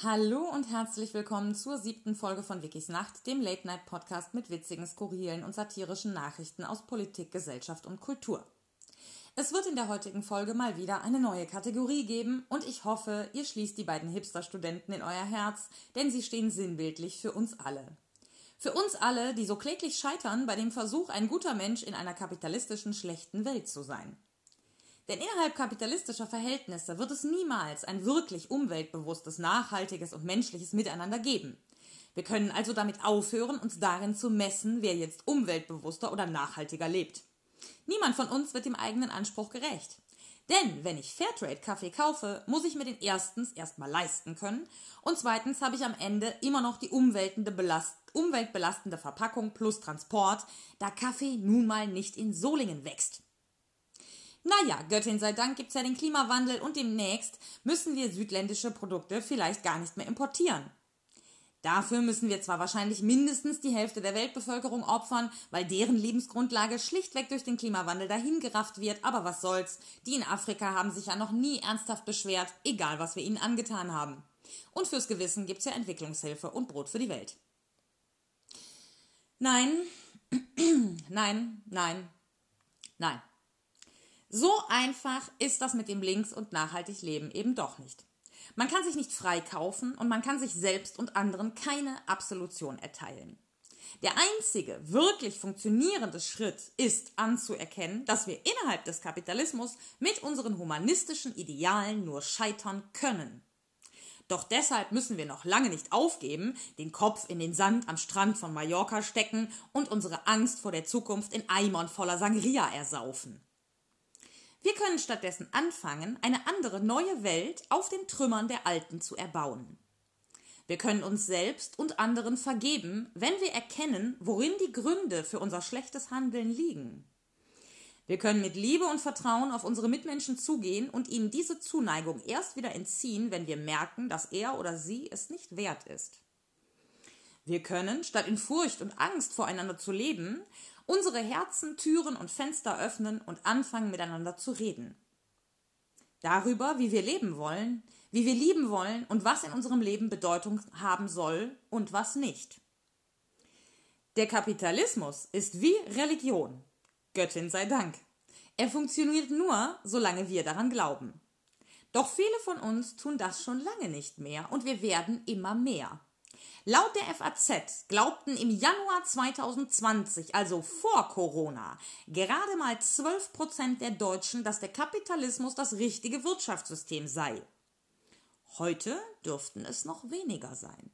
Hallo und herzlich willkommen zur 7. Folge von Wikis Nacht, dem Late-Night-Podcast mit witzigen, skurrilen und satirischen Nachrichten aus Politik, Gesellschaft und Kultur. Es wird in der heutigen Folge mal wieder eine neue Kategorie geben und ich hoffe, ihr schließt die beiden Hipster-Studenten in euer Herz, denn sie stehen sinnbildlich für uns alle. Für uns alle, die so kläglich scheitern bei dem Versuch, ein guter Mensch in einer kapitalistischen, schlechten Welt zu sein. Denn innerhalb kapitalistischer Verhältnisse wird es niemals ein wirklich umweltbewusstes, nachhaltiges und menschliches Miteinander geben. Wir können also damit aufhören, uns darin zu messen, wer jetzt umweltbewusster oder nachhaltiger lebt. Niemand von uns wird dem eigenen Anspruch gerecht. Denn wenn ich Fairtrade-Kaffee kaufe, muss ich mir den erstens erstmal leisten können und zweitens habe ich am Ende immer noch die umweltbelastende Verpackung plus Transport, da Kaffee nun mal nicht in Solingen wächst. Naja, Göttin sei Dank gibt's ja den Klimawandel und demnächst müssen wir südländische Produkte vielleicht gar nicht mehr importieren. Dafür müssen wir zwar wahrscheinlich mindestens die Hälfte der Weltbevölkerung opfern, weil deren Lebensgrundlage schlichtweg durch den Klimawandel dahingerafft wird, aber was soll's, die in Afrika haben sich ja noch nie ernsthaft beschwert, egal was wir ihnen angetan haben. Und fürs Gewissen gibt's ja Entwicklungshilfe und Brot für die Welt. Nein. So einfach ist das mit dem Links- und nachhaltig Leben eben doch nicht. Man kann sich nicht freikaufen und man kann sich selbst und anderen keine Absolution erteilen. Der einzige wirklich funktionierende Schritt ist anzuerkennen, dass wir innerhalb des Kapitalismus mit unseren humanistischen Idealen nur scheitern können. Doch deshalb müssen wir noch lange nicht aufgeben, den Kopf in den Sand am Strand von Mallorca stecken und unsere Angst vor der Zukunft in Eimern voller Sangria ersaufen. Wir können stattdessen anfangen, eine andere neue Welt auf den Trümmern der alten zu erbauen. Wir können uns selbst und anderen vergeben, wenn wir erkennen, worin die Gründe für unser schlechtes Handeln liegen. Wir können mit Liebe und Vertrauen auf unsere Mitmenschen zugehen und ihnen diese Zuneigung erst wieder entziehen, wenn wir merken, dass er oder sie es nicht wert ist. Wir können, statt in Furcht und Angst voreinander zu leben, unsere Herzen, Türen und Fenster öffnen und anfangen miteinander zu reden. Darüber, wie wir leben wollen, wie wir lieben wollen und was in unserem Leben Bedeutung haben soll und was nicht. Der Kapitalismus ist wie Religion. Göttin sei Dank. Er funktioniert nur, solange wir daran glauben. Doch viele von uns tun das schon lange nicht mehr und wir werden immer mehr. Laut der FAZ glaubten im Januar 2020, also vor Corona, gerade mal 12% der Deutschen, dass der Kapitalismus das richtige Wirtschaftssystem sei. Heute dürften es noch weniger sein.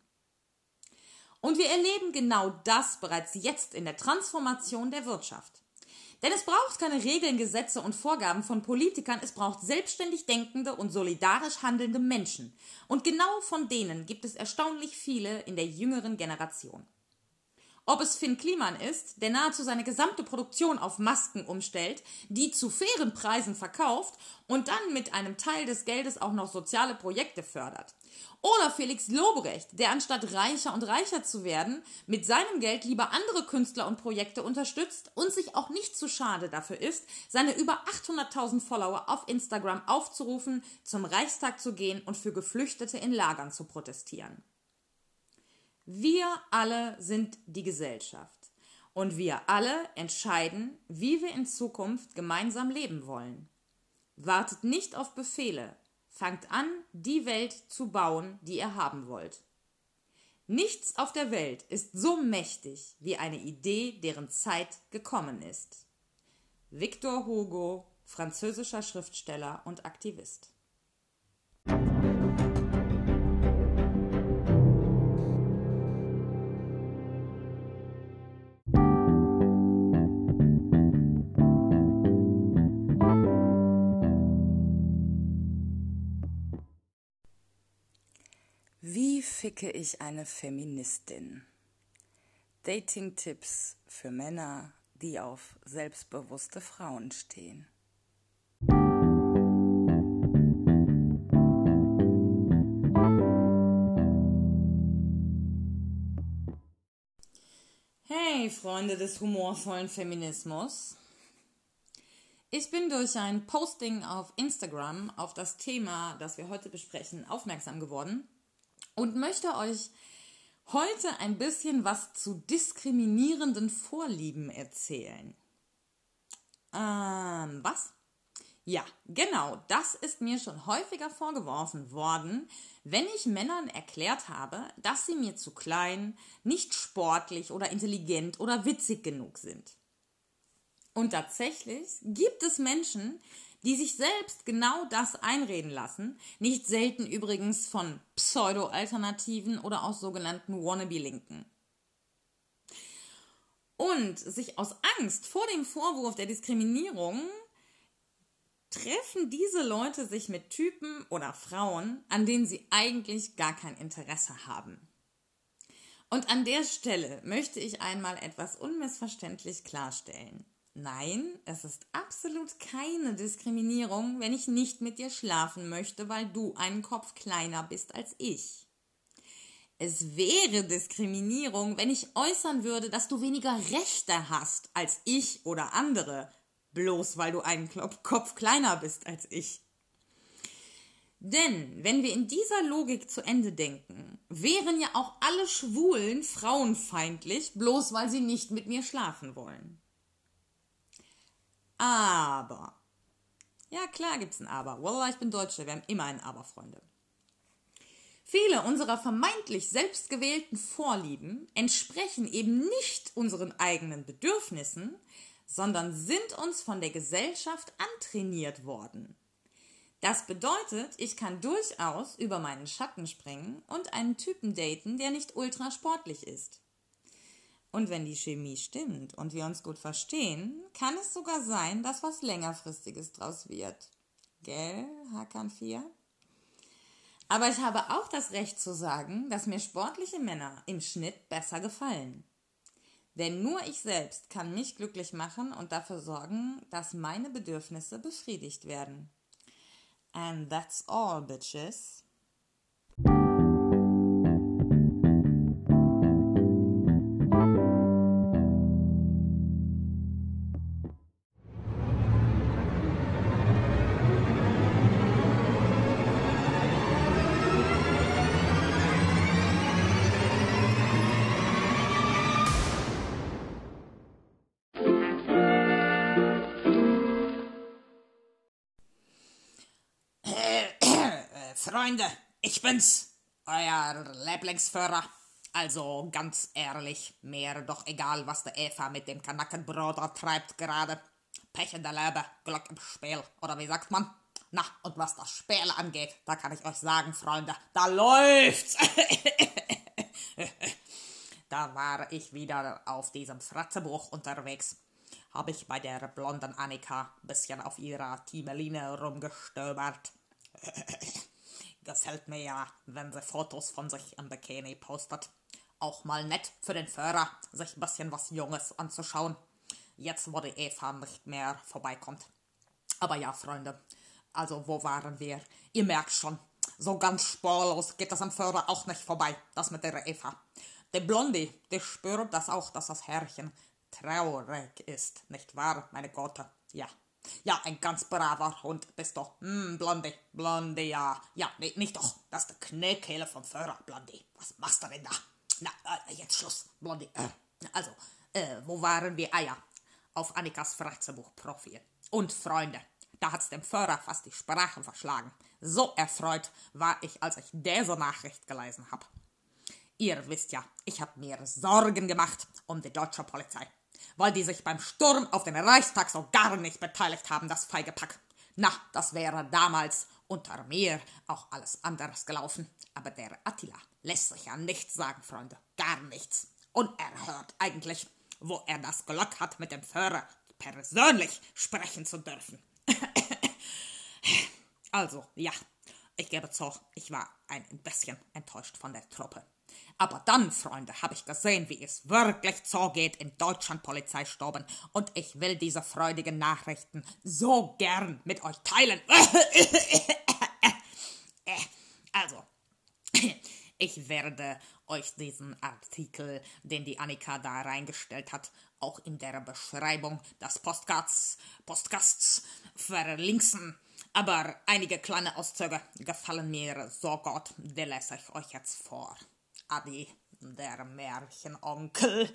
Und wir erleben genau das bereits jetzt in der Transformation der Wirtschaft. Denn es braucht keine Regeln, Gesetze und Vorgaben von Politikern, es braucht selbstständig denkende und solidarisch handelnde Menschen. Und genau von denen gibt es erstaunlich viele in der jüngeren Generation. Ob es Finn Kliman ist, der nahezu seine gesamte Produktion auf Masken umstellt, die zu fairen Preisen verkauft und dann mit einem Teil des Geldes auch noch soziale Projekte fördert. Oder Felix Lobrecht, der anstatt reicher und reicher zu werden, mit seinem Geld lieber andere Künstler und Projekte unterstützt und sich auch nicht zu schade dafür ist, seine über 800.000 Follower auf Instagram aufzurufen, zum Reichstag zu gehen und für Geflüchtete in Lagern zu protestieren. Wir alle sind die Gesellschaft und wir alle entscheiden, wie wir in Zukunft gemeinsam leben wollen. Wartet nicht auf Befehle, fangt an, die Welt zu bauen, die ihr haben wollt. Nichts auf der Welt ist so mächtig wie eine Idee, deren Zeit gekommen ist. Victor Hugo, französischer Schriftsteller und Aktivist. Wie ficke ich eine Feministin? Dating-Tipps für Männer, die auf selbstbewusste Frauen stehen. Hey, Freunde des humorvollen Feminismus. Ich bin durch ein Posting auf Instagram auf das Thema, das wir heute besprechen, aufmerksam geworden und möchte euch heute ein bisschen was zu diskriminierenden Vorlieben erzählen. Was? Ja, genau, das ist mir schon häufiger vorgeworfen worden, wenn ich Männern erklärt habe, dass sie mir zu klein, nicht sportlich oder intelligent oder witzig genug sind. Und tatsächlich gibt es Menschen, die sich selbst genau das einreden lassen, nicht selten übrigens von Pseudo-Alternativen oder aus sogenannten Wannabe-Linken. Und sich aus Angst vor dem Vorwurf der Diskriminierung treffen diese Leute sich mit Typen oder Frauen, an denen sie eigentlich gar kein Interesse haben. Und an der Stelle möchte ich einmal etwas unmissverständlich klarstellen. Nein, es ist absolut keine Diskriminierung, wenn ich nicht mit dir schlafen möchte, weil du einen Kopf kleiner bist als ich. Es wäre Diskriminierung, wenn ich äußern würde, dass du weniger Rechte hast als ich oder andere, bloß weil du einen Kopf kleiner bist als ich. Denn wenn wir in dieser Logik zu Ende denken, wären ja auch alle Schwulen frauenfeindlich, bloß weil sie nicht mit mir schlafen wollen. Aber, ja klar gibt's ein Aber. Wallah, ich bin Deutsche, wir haben immer ein Aber, Freunde. Viele unserer vermeintlich selbstgewählten Vorlieben entsprechen eben nicht unseren eigenen Bedürfnissen, sondern sind uns von der Gesellschaft antrainiert worden. Das bedeutet, ich kann durchaus über meinen Schatten springen und einen Typen daten, der nicht ultra sportlich ist. Und wenn die Chemie stimmt und wir uns gut verstehen, kann es sogar sein, dass was längerfristiges draus wird. Gell, Hakan 4? Aber ich habe auch das Recht zu sagen, dass mir sportliche Männer im Schnitt besser gefallen. Denn nur ich selbst kann mich glücklich machen und dafür sorgen, dass meine Bedürfnisse befriedigt werden. And that's all, bitches. Freunde, ich bin's, euer Lieblingsführer. Also ganz ehrlich, mir doch egal, was der Eva mit dem Kanackenbruder treibt gerade. Pech in der Lebe, Glück im Spiel, oder wie sagt man? Na, und was das Spiel angeht, da kann ich euch sagen, Freunde, da läuft's. Da war ich wieder auf diesem Fratzebuch unterwegs. Habe ich bei der blonden Annika ein bisschen auf ihrer Timeline rumgestöbert. Gefällt mir ja, wenn sie Fotos von sich im Bikini postet. Auch mal nett für den Führer, sich ein bisschen was Junges anzuschauen. Jetzt, wo die Eva nicht mehr vorbeikommt. Aber ja, Freunde, also wo waren wir? Ihr merkt schon, so ganz spurlos geht das am Führer auch nicht vorbei, das mit der Eva. Die Blondie, die spürt das auch, dass das Herrchen traurig ist, nicht wahr, meine Gott? Ja. Ja, ein ganz braver Hund bist du. Blondie, ja. Ja, nee, nicht doch. Das ist die Kniekehle vom Führer, Blondie. Was machst du denn da? Na, jetzt Schluss, Blondie. Wo waren wir? Ah ja, auf Annikas Fratzebuch-Profil. Und Freunde, da hat's dem Führer fast die Sprache verschlagen. So erfreut war ich, als ich diese Nachricht gelesen habe. Ihr wisst ja, ich habe mir Sorgen gemacht um die deutsche Polizei, weil die sich beim Sturm auf den Reichstag so gar nicht beteiligt haben, das feige Pack. Na, das wäre damals unter mir auch alles anderes gelaufen. Aber der Attila lässt sich ja nichts sagen, Freunde. Gar nichts. Unerhört eigentlich, wo er das Glück hat, mit dem Führer persönlich sprechen zu dürfen. Also, ja, ich gebe zu, ich war ein bisschen enttäuscht von der Truppe. Aber dann, Freunde, habe ich gesehen, wie es wirklich zugeht in deutschen Polizeistaben und ich will diese freudigen Nachrichten so gern mit euch teilen. Also, ich werde euch diesen Artikel, den die Annika da reingestellt hat, auch in der Beschreibung des Podcasts verlinken. Aber einige kleine Auszüge gefallen mir so gut, die lese ich euch jetzt vor. Adi, der Märchenonkel.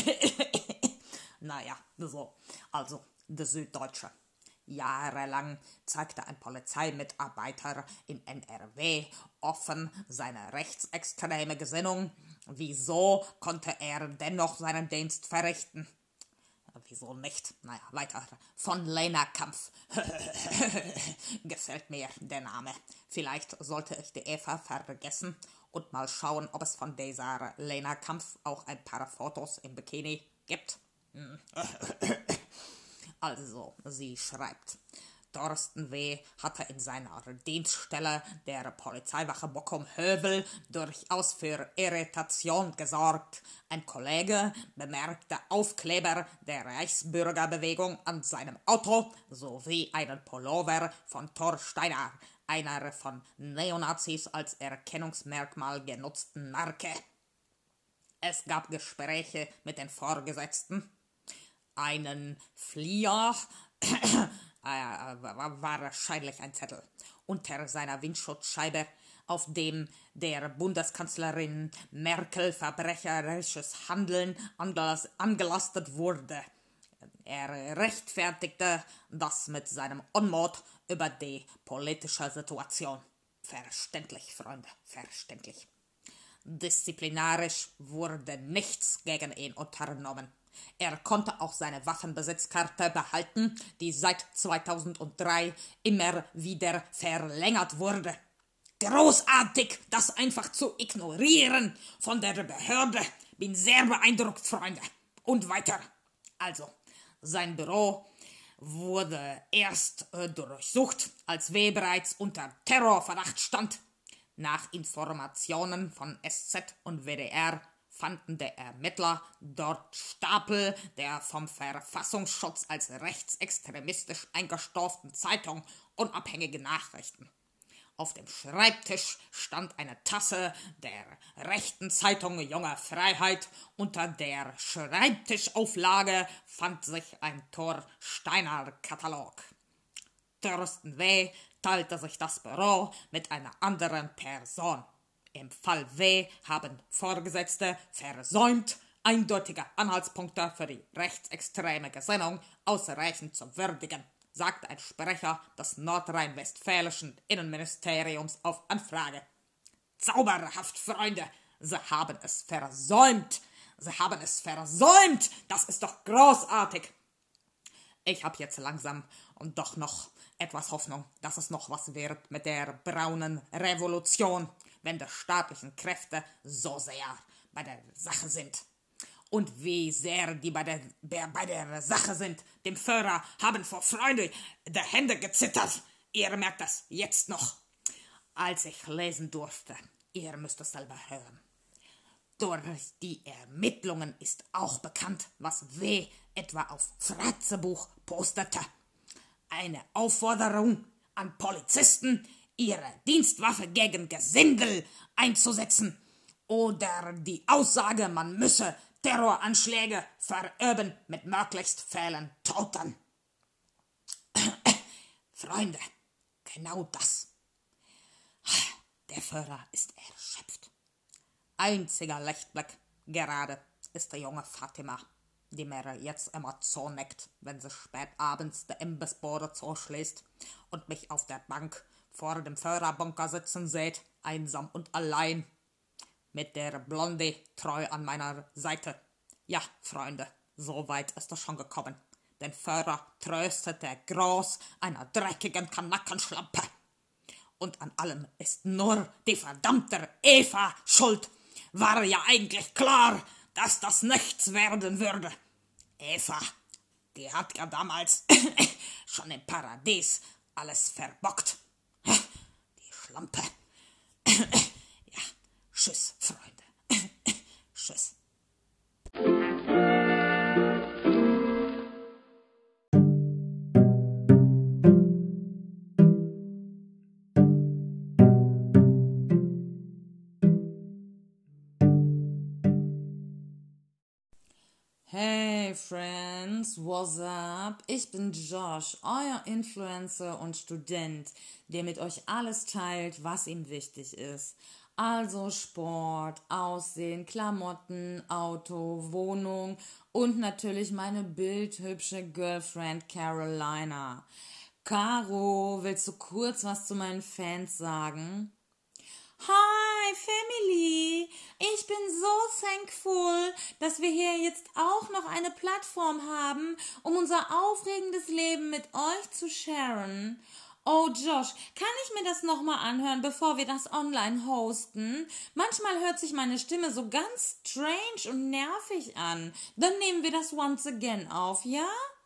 Naja, so. Also, der Süddeutsche. Jahrelang zeigte ein Polizeimitarbeiter in NRW offen seine rechtsextreme Gesinnung. Wieso konnte er dennoch seinen Dienst verrichten? Wieso nicht? Naja, weiter. Von Lena Kampf. Gefällt mir der Name. Vielleicht sollte ich die Eva vergessen und mal schauen, ob es von dieser Lena Kampf auch ein paar Fotos im Bikini gibt. Also, sie schreibt, Thorsten W. hatte in seiner Dienststelle der Polizeiwache Bockum-Hövel durchaus für Irritation gesorgt. Ein Kollege bemerkte Aufkleber der Reichsbürgerbewegung an seinem Auto sowie einen Pullover von Thor Steiner, einer von Neonazis als Erkennungsmerkmal genutzten Marke. Es gab Gespräche mit den Vorgesetzten. Einen Flieger, war wahrscheinlich ein Zettel, unter seiner Windschutzscheibe, auf dem der Bundeskanzlerin Merkel verbrecherisches Handeln angelastet wurde. Er rechtfertigte das mit seinem Unmut über die politische Situation. Verständlich, Freunde, verständlich. Disziplinarisch wurde nichts gegen ihn unternommen. Er konnte auch seine Waffenbesitzkarte behalten, die seit 2003 immer wieder verlängert wurde. Großartig, das einfach zu ignorieren von der Behörde. Bin sehr beeindruckt, Freunde. Und weiter. Also, sein Büro wurde erst durchsucht, als W. bereits unter Terrorverdacht stand. Nach Informationen von SZ und WDR fanden der Ermittler dort Stapel der vom Verfassungsschutz als rechtsextremistisch eingestuften Zeitung Unabhängige Nachrichten. Auf dem Schreibtisch stand eine Tasse der rechten Zeitung Junge Freiheit. Unter der Schreibtischauflage fand sich ein Thor Steiner Katalog. Thorsten W. teilte sich das Büro mit einer anderen Person. Im Fall W. haben Vorgesetzte versäumt, eindeutige Anhaltspunkte für die rechtsextreme Gesinnung ausreichend zu würdigen, sagte ein Sprecher des nordrhein-westfälischen Innenministeriums auf Anfrage. Zauberhaft, Freunde, Sie haben es versäumt! Sie haben es versäumt! Das ist doch großartig! Ich habe jetzt langsam und doch noch etwas Hoffnung, dass es noch was wird mit der braunen Revolution, wenn die staatlichen Kräfte so sehr bei der Sache sind. Und wie sehr die bei der Sache sind, dem Führer haben vor Freude die Hände gezittert. Ihr merkt das jetzt noch. Als ich lesen durfte, ihr müsst es selber hören. Durch die Ermittlungen ist auch bekannt, was W. etwa auf Fratzebuch postete. Eine Aufforderung an Polizisten, ihre Dienstwaffe gegen Gesindel einzusetzen oder die Aussage, man müsse Terroranschläge verüben mit möglichst vielen Toten. Freunde, genau das. Der Führer ist erschöpft. Einziger Lichtblick gerade ist die junge Fatima, die mir jetzt immer zuneckt, wenn sie spät abends der Imbissbude zuschließt und mich auf der Bank vor dem Führerbunker sitzen sieht, einsam und allein, mit der Blondie treu an meiner Seite. Ja, Freunde, so weit ist es schon gekommen. Den Führer tröstet der Groß einer dreckigen Kanackenschlampe. Und an allem ist nur die verdammte Eva schuld. War ja eigentlich klar, dass das nichts werden würde. Eva, die hat ja damals schon im Paradies alles verbockt. Die Schlampe. Ja, tschüss, Freunde. Tschüss. Hey Friends, what's up? Ich bin Josh, euer Influencer und Student, der mit euch alles teilt, was ihm wichtig ist. Also Sport, Aussehen, Klamotten, Auto, Wohnung und natürlich meine bildhübsche Girlfriend Carolina. Caro, willst du kurz was zu meinen Fans sagen? Hi, Family! Ich bin so thankful, dass wir hier jetzt auch noch eine Plattform haben, um unser aufregendes Leben mit euch zu sharen. Oh, Josh, kann ich mir das nochmal anhören, bevor wir das online hosten? Manchmal hört sich meine Stimme so ganz strange und nervig an. Dann nehmen wir das once again auf, ja?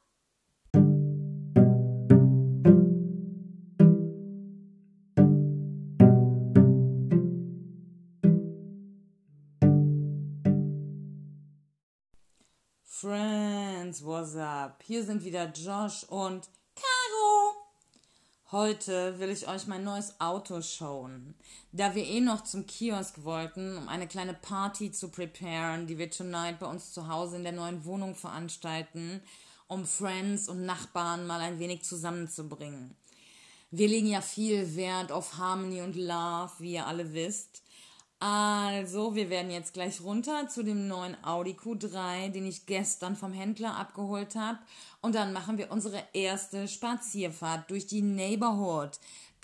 Friends, what's up? Hier sind wieder Josh und Caro. Heute will ich euch mein neues Auto showen. Da wir noch zum Kiosk wollten, um eine kleine Party zu preparen, die wir tonight bei uns zu Hause in der neuen Wohnung veranstalten, um Friends und Nachbarn mal ein wenig zusammenzubringen. Wir legen ja viel Wert auf Harmony und Love, wie ihr alle wisst. Also, wir werden jetzt gleich runter zu dem neuen Audi Q3, den ich gestern vom Händler abgeholt habe. Und dann machen wir unsere erste Spazierfahrt durch die Neighborhood.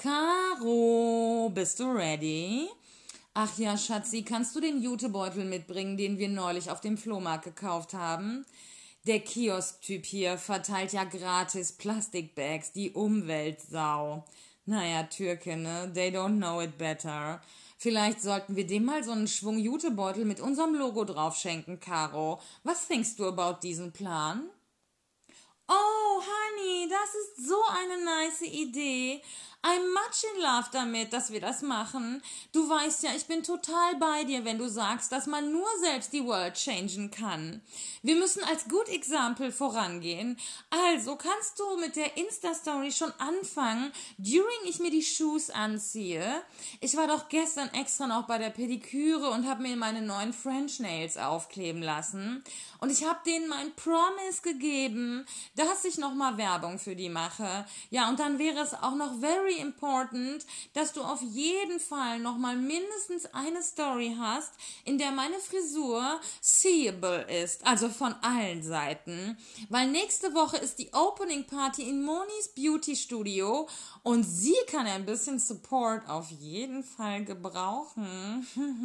Caro, bist du ready? Ach ja, Schatzi, kannst du den Jutebeutel mitbringen, den wir neulich auf dem Flohmarkt gekauft haben? Der Kiosk-Typ hier verteilt ja gratis Plastikbags, die Umweltsau. Naja, Türke, ne? They don't know it better. Vielleicht sollten wir dem mal so einen Schwung Jutebeutel mit unserem Logo drauf schenken, Caro. Was denkst du about diesen Plan? Oh, Honey, das ist so eine nice Idee. I'm much in love damit, dass wir das machen. Du weißt ja, ich bin total bei dir, wenn du sagst, dass man nur selbst die World changen kann. Wir müssen als Good Example vorangehen. Also kannst du mit der Insta-Story schon anfangen, during ich mir die Shoes anziehe. Ich war doch gestern extra noch bei der Pediküre und habe mir meine neuen French Nails aufkleben lassen. Und ich habe denen mein Promise gegeben, dass ich nochmal Werbung für die mache. Ja, und dann wäre es auch noch very important, dass du auf jeden Fall nochmal mindestens eine Story hast, in der meine Frisur seeable ist, also von allen Seiten. Weil nächste Woche ist die Opening Party in Monis Beauty Studio und sie kann ein bisschen Support auf jeden Fall gebrauchen.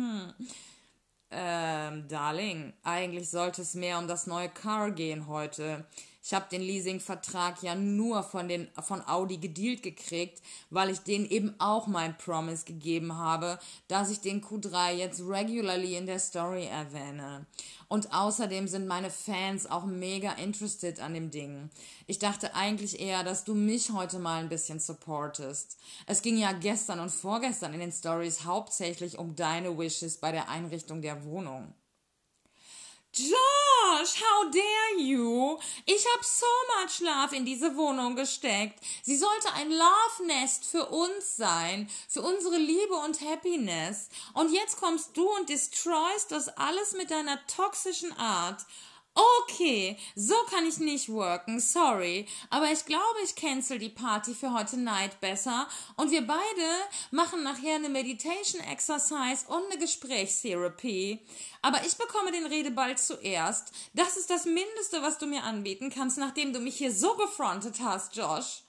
Darling, eigentlich sollte es mehr um das neue Car gehen heute. Ich habe den Leasingvertrag ja nur von Audi gedealt gekriegt, weil ich denen eben auch mein Promise gegeben habe, dass ich den Q3 jetzt regularly in der Story erwähne. Und außerdem sind meine Fans auch mega interested an dem Ding. Ich dachte eigentlich eher, dass du mich heute mal ein bisschen supportest. Es ging ja gestern und vorgestern in den Stories hauptsächlich um deine Wishes bei der Einrichtung der Wohnung. Josh, how dare you? Ich habe so much love in diese Wohnung gesteckt. Sie sollte ein Love Nest für uns sein, für unsere Liebe und Happiness. Und jetzt kommst du und destroyst das alles mit deiner toxischen Art. Okay, so kann ich nicht worken, sorry, aber ich glaube, ich cancel die Party für heute Night besser und wir beide machen nachher eine Meditation Exercise und eine Gesprächstherapie. Aber ich bekomme den Redeball zuerst. Das ist das Mindeste, was du mir anbieten kannst, nachdem du mich hier so gefrontet hast, Josh.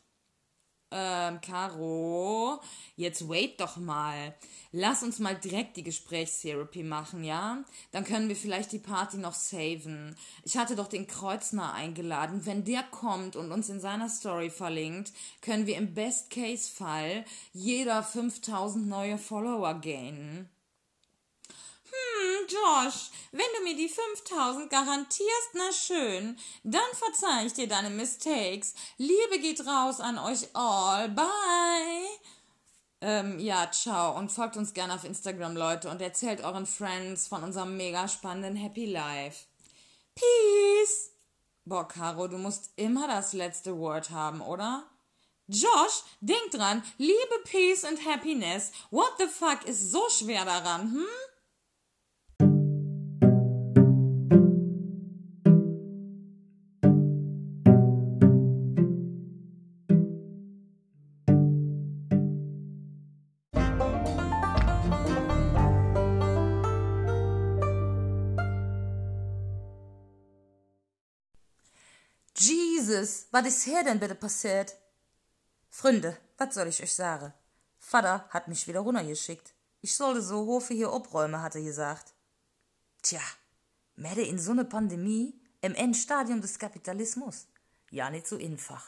Caro, jetzt wait doch mal. Lass uns mal direkt die Gesprächstherapie machen, ja? Dann können wir vielleicht die Party noch saven. Ich hatte doch den Kreuznach eingeladen. Wenn der kommt und uns in seiner Story verlinkt, können wir im Best-Case-Fall jeder 5000 neue Follower gainen. Josh, wenn du mir die 5000 garantierst, na schön, dann verzeih ich dir deine Mistakes. Liebe geht raus an euch all. Bye. Ja, ciao und folgt uns gerne auf Instagram, Leute, und erzählt euren Friends von unserem mega spannenden Happy Life. Peace. Boah, Caro, du musst immer das letzte Wort haben, oder? Josh, denk dran, Liebe, Peace und Happiness. What the fuck ist so schwer daran, hm? Jesus, was ist hier denn bitte passiert? Freunde, was soll ich euch sagen? Vater hat mich wieder runtergeschickt. Ich sollte so Hofe hier abräumen, hat er gesagt. Tja, Mäde in so ne Pandemie, im Endstadium des Kapitalismus. Ja, nicht so einfach.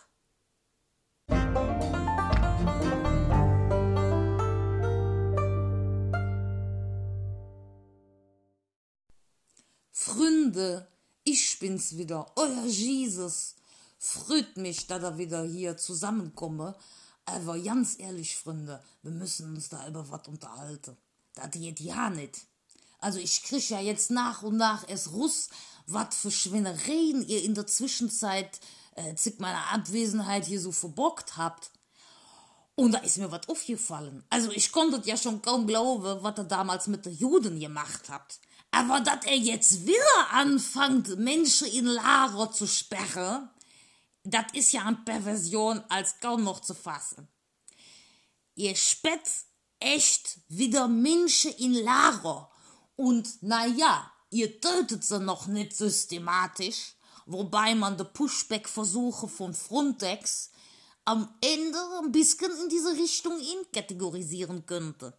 Freunde, ich bin's wieder, euer Jesus. Freut mich, dass er wieder hier zusammenkomme. Aber ganz ehrlich, Freunde, wir müssen uns da über was unterhalten. Das geht ja nicht. Also ich krieg ja jetzt nach und nach erst Russ, was für Schwinnereien ihr in der Zwischenzeit zig meiner Abwesenheit hier so verbockt habt. Und da ist mir was aufgefallen. Also ich konnte ja schon kaum glauben, was ihr damals mit den Juden gemacht habt. Aber dass er jetzt wieder anfängt, Menschen in Lager zu sperren, das ist ja eine Perversion als kaum noch zu fassen. Ihr sperrt echt wieder Menschen in Lager. Und naja, ihr tötet sie noch nicht systematisch, wobei man die Pushback-Versuche von Frontex am Ende ein bisschen in diese Richtung kategorisieren könnte.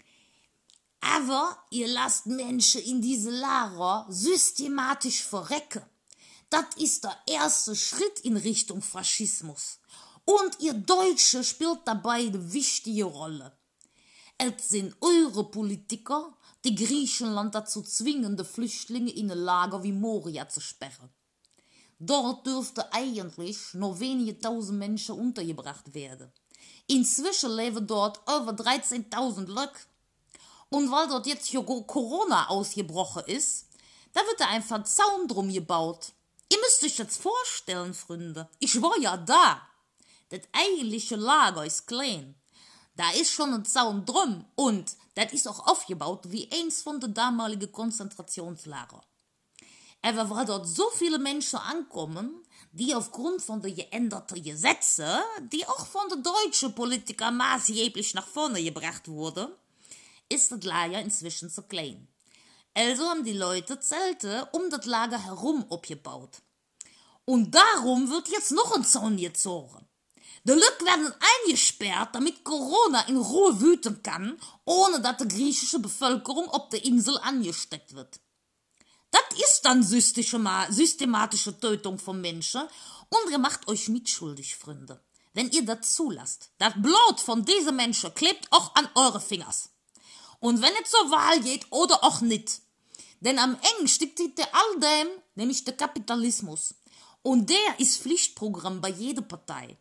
Aber ihr lasst Menschen in diese Lager systematisch verrecken. Das ist der erste Schritt in Richtung Faschismus. Und ihr Deutsche spielt dabei eine wichtige Rolle. Es sind eure Politiker, die Griechenland dazu zwingen, die Flüchtlinge in ein Lager wie Moria zu sperren. Dort dürfte eigentlich nur wenige tausend Menschen untergebracht werden. Inzwischen leben dort über 13.000 Leute. Und weil dort jetzt hier Corona ausgebrochen ist, da wird da einfach ein Zaun drum gebaut. Ihr müsst euch jetzt vorstellen, Freunde, ich war ja da. Das eigentliche Lager ist klein. Da ist schon ein Zaun drum und das ist auch aufgebaut wie eins von den damaligen Konzentrationslagern. Aber weil dort so viele Menschen ankommen, die aufgrund von den geänderten Gesetzen, die auch von den deutschen Politikern maßgeblich nach vorne gebracht wurden, ist das Lager inzwischen zu klein. Also haben die Leute Zelte um das Lager herum abgebaut. Und darum wird jetzt noch ein Zaun gezogen. Die Leute werden eingesperrt, damit Corona in Ruhe wüten kann, ohne dass die griechische Bevölkerung auf der Insel angesteckt wird. Das ist dann systematische Tötung von Menschen und ihr macht euch mitschuldig, Freunde. Wenn ihr das zulasst, das Blut von diesen Menschen klebt auch an eure Fingers. Und wenn es zur Wahl geht oder auch nicht. Denn am Ende steckt hinter all dem, nämlich der Kapitalismus. Und der ist Pflichtprogramm bei jeder Partei.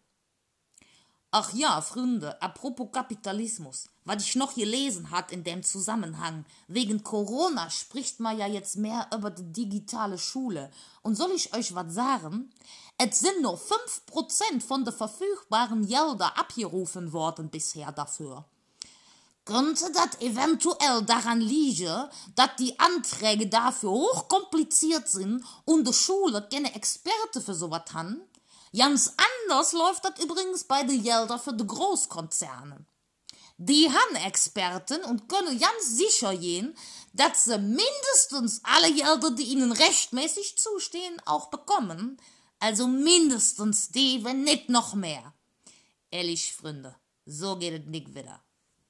Ach ja, Freunde, apropos Kapitalismus, was ich noch gelesen hat in dem Zusammenhang, wegen Corona spricht man ja jetzt mehr über die digitale Schule. Und soll ich euch was sagen? Es sind nur 5% von den verfügbaren Gelder abgerufen worden bisher dafür. Könnte das eventuell daran liegen, dass die Anträge dafür hochkompliziert sind und die Schule keine Experten für sowas haben? Ganz anders läuft das übrigens bei den Geldern für die Großkonzerne. Die haben Experten und können ganz sicher gehen, dass sie mindestens alle Gelder, die ihnen rechtmäßig zustehen, auch bekommen. Also mindestens die, wenn nicht noch mehr. Ehrlich, Freunde, so geht es nicht wieder.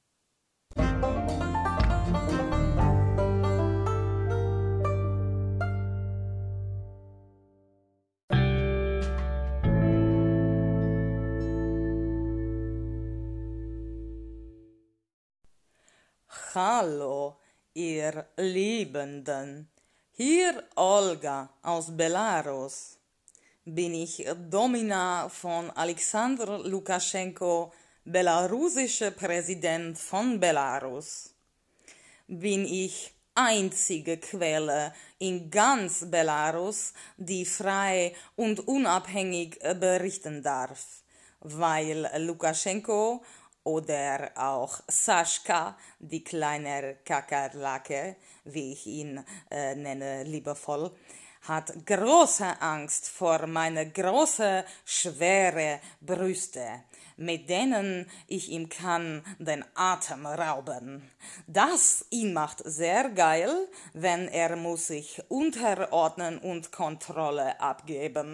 Hallo, ihr Liebenden. Hier Olga aus Belarus. Bin ich Domina von Alexander Lukaschenko, belarussischer Präsident von Belarus. Bin ich einzige Quelle in ganz Belarus, die frei und unabhängig berichten darf, weil Lukaschenko oder auch Saschka, die kleine Kakerlake, wie ich ihn nenne liebevoll, hat große Angst vor meine große, schwere Brüste, mit denen ich ihm kann den Atem rauben. Das ihn macht sehr geil, wenn er muss sich unterordnen und Kontrolle abgeben.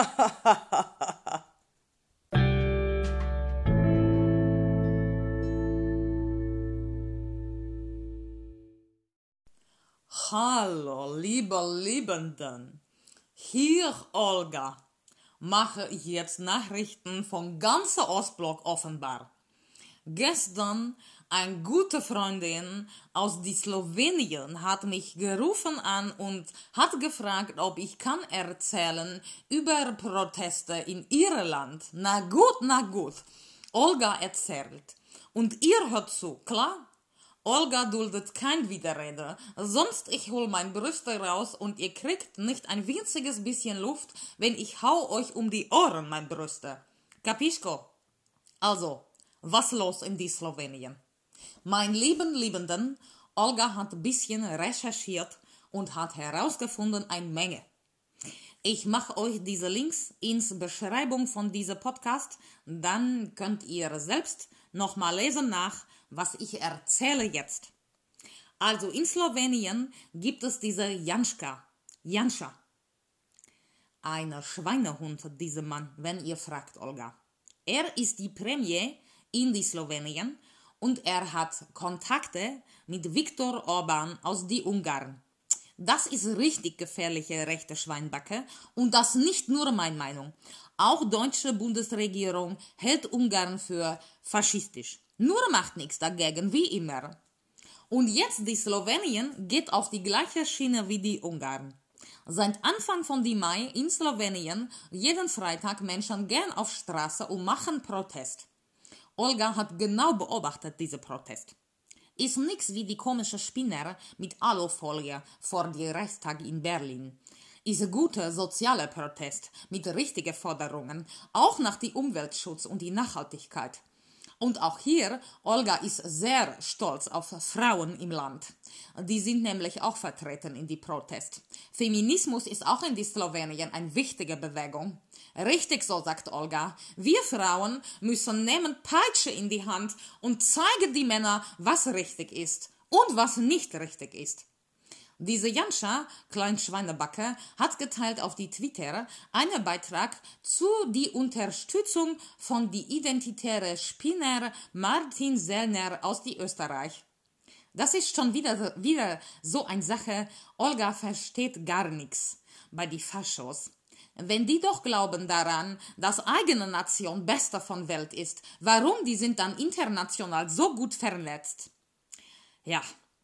Hallo, liebe Liebenden. Hier Olga. Mache ich jetzt Nachrichten vom ganzen Ostblock offenbar. Gestern eine gute Freundin aus die Slowenien hat mich gerufen an und hat gefragt, ob ich kann erzählen über Proteste in ihr Land. Na gut. Olga erzählt. Und ihr hört zu, klar? Olga duldet kein Widerrede, sonst ich hol mein Brüste raus und ihr kriegt nicht ein winziges bisschen Luft, wenn ich hau euch um die Ohren, mein Brüste. Capisco? Also, was los in die Slowenien? Mein Liebenden, Olga hat ein bisschen recherchiert und hat herausgefunden eine Menge. Ich mache euch diese Links ins Beschreibung von diesem Podcast, dann könnt ihr selbst nochmal lesen nach, was ich erzähle jetzt. Also in Slowenien gibt es diese Janša. Ein Schweinehund, dieser Mann, wenn ihr fragt, Olga. Er ist die Premier in die Slowenien und er hat Kontakte mit Viktor Orban aus die Ungarn. Das ist richtig gefährliche rechte Schweinbacke und das nicht nur meine Meinung. Auch deutsche Bundesregierung hält Ungarn für faschistisch. Nur macht nichts dagegen, wie immer. Und jetzt die Slowenien geht auf die gleiche Schiene wie die Ungarn. Seit Anfang von die Mai in Slowenien jeden Freitag Menschen gehen auf Straße und machen Protest. Olga hat genau beobachtet diese Protest. Ist nix wie die komische Spinner mit Alufolie vor die Reichstag in Berlin. Ist ein guter sozialer Protest mit richtigen Forderungen, auch nach die Umweltschutz und die Nachhaltigkeit. Und auch hier, Olga ist sehr stolz auf Frauen im Land. Die sind nämlich auch vertreten in die Protest. Feminismus ist auch in die Slowenien eine wichtige Bewegung. Richtig so, sagt Olga. Wir Frauen müssen nehmen Peitsche in die Hand und zeigen die Männer, was richtig ist und was nicht richtig ist. Diese Janša, Kleinschweinebacke, hat geteilt auf die Twitter einen Beitrag zu die Unterstützung von die identitäre Spinner Martin Sellner aus die Österreich. Das ist schon wieder so eine Sache, Olga versteht gar nichts bei die Faschos. Wenn die doch glauben daran, dass eigene Nation beste von Welt ist, warum die sind dann international so gut vernetzt? Ja.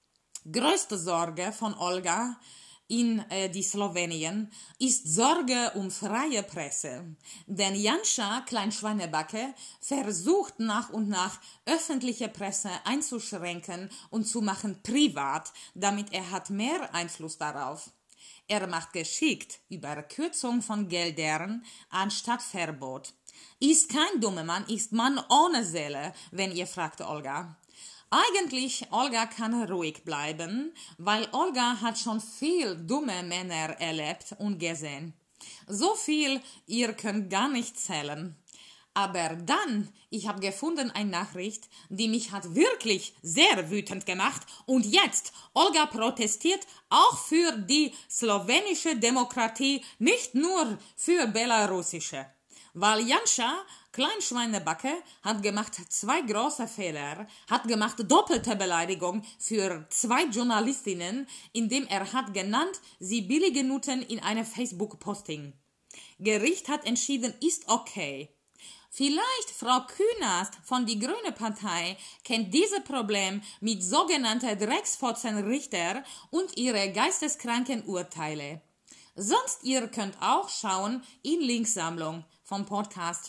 Größte Sorge von Olga in die Slowenien ist Sorge um freie Presse. Denn Janša, Kleinschweinebacke, versucht nach und nach öffentliche Presse einzuschränken und zu machen privat, damit er hat mehr Einfluss darauf. Er macht geschickt über Kürzung von Geldern anstatt Verbot. Ist kein dummer Mann, ist Mann ohne Seele, wenn ihr fragt Olga. Eigentlich, Olga kann ruhig bleiben, weil Olga hat schon viel dumme Männer erlebt und gesehen. So viel, ihr könnt gar nicht zählen. Aber dann, ich habe gefunden eine Nachricht, die mich hat wirklich sehr wütend gemacht und jetzt, Olga protestiert auch für die slowenische Demokratie, nicht nur für belarussische. Weil Janša, Kleinschweinebacke, hat gemacht 2 große Fehler, hat gemacht doppelte Beleidigung für 2 Journalistinnen, indem er hat genannt, sie billige Nutten in einer Facebook-Posting. Gericht hat entschieden, ist okay. Vielleicht Frau Künast von die Grüne Partei kennt dieses Problem mit sogenannten Drecksfotzenrichter und ihre geisteskranken Urteile. Sonst ihr könnt auch schauen in Linksammlung vom Podcast.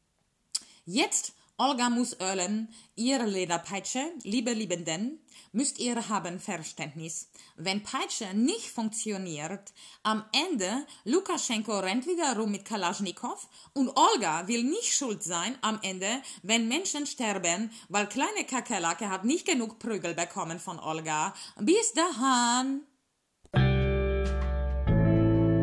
Jetzt, Olga muss ölen, ihre Lederpeitsche, liebe Liebenden, müsst ihr haben Verständnis. Wenn Peitsche nicht funktioniert, am Ende Lukaschenko rennt wieder rum mit Kalaschnikow und Olga will nicht schuld sein am Ende, wenn Menschen sterben, weil kleine Kakerlake hat nicht genug Prügel bekommen von Olga. Bis dahin!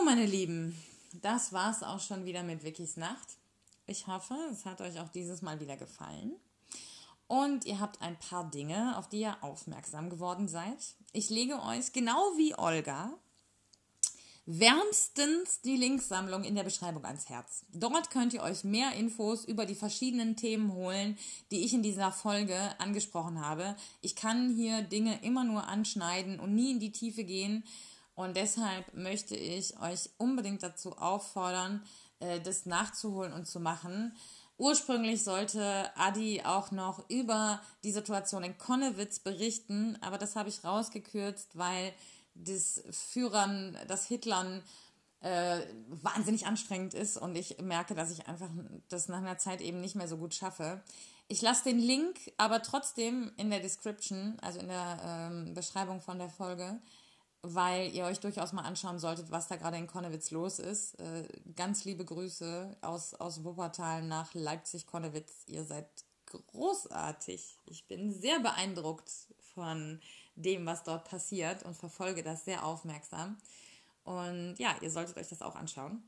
meine Lieben, das war's auch schon wieder mit Vickys Nacht. Ich hoffe, es hat euch auch dieses Mal wieder gefallen. Und ihr habt ein paar Dinge, auf die ihr aufmerksam geworden seid. Ich lege euch, genau wie Olga, wärmstens die Linksammlung in der Beschreibung ans Herz. Dort könnt ihr euch mehr Infos über die verschiedenen Themen holen, die ich in dieser Folge angesprochen habe. Ich kann hier Dinge immer nur anschneiden und nie in die Tiefe gehen. Und deshalb möchte ich euch unbedingt dazu auffordern, das nachzuholen und zu machen. Ursprünglich sollte Adi auch noch über die Situation in Connewitz berichten, aber das habe ich rausgekürzt, weil das Hitlern wahnsinnig anstrengend ist und ich merke, dass ich einfach das nach einer Zeit eben nicht mehr so gut schaffe. Ich lasse den Link aber trotzdem in der Description, also in der Beschreibung von der Folge, weil ihr euch durchaus mal anschauen solltet, was da gerade in Connewitz los ist. Ganz liebe Grüße aus Wuppertal nach Leipzig-Connewitz. Ihr seid großartig. Ich bin sehr beeindruckt von dem, was dort passiert und verfolge das sehr aufmerksam. Und ja, ihr solltet euch das auch anschauen.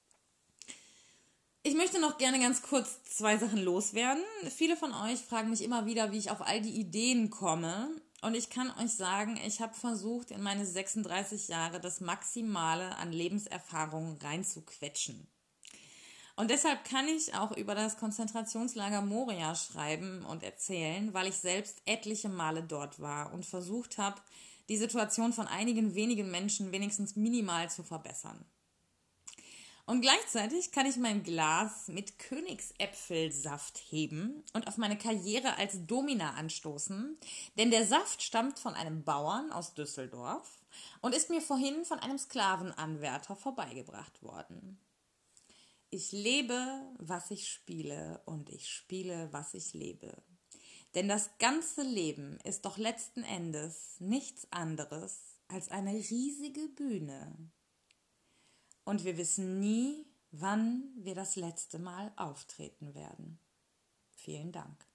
Ich möchte noch gerne ganz kurz 2 Sachen loswerden. Viele von euch fragen mich immer wieder, wie ich auf all die Ideen komme. Und ich kann euch sagen, ich habe versucht, in meine 36 Jahre das Maximale an Lebenserfahrung reinzuquetschen. Und deshalb kann ich auch über das Konzentrationslager Moria schreiben und erzählen, weil ich selbst etliche Male dort war und versucht habe, die Situation von einigen wenigen Menschen wenigstens minimal zu verbessern. Und gleichzeitig kann ich mein Glas mit Königsäpfelsaft heben und auf meine Karriere als Domina anstoßen, denn der Saft stammt von einem Bauern aus Düsseldorf und ist mir vorhin von einem Sklavenanwärter vorbeigebracht worden. Ich lebe, was ich spiele, und ich spiele, was ich lebe. Denn das ganze Leben ist doch letzten Endes nichts anderes als eine riesige Bühne. Und wir wissen nie, wann wir das letzte Mal auftreten werden. Vielen Dank.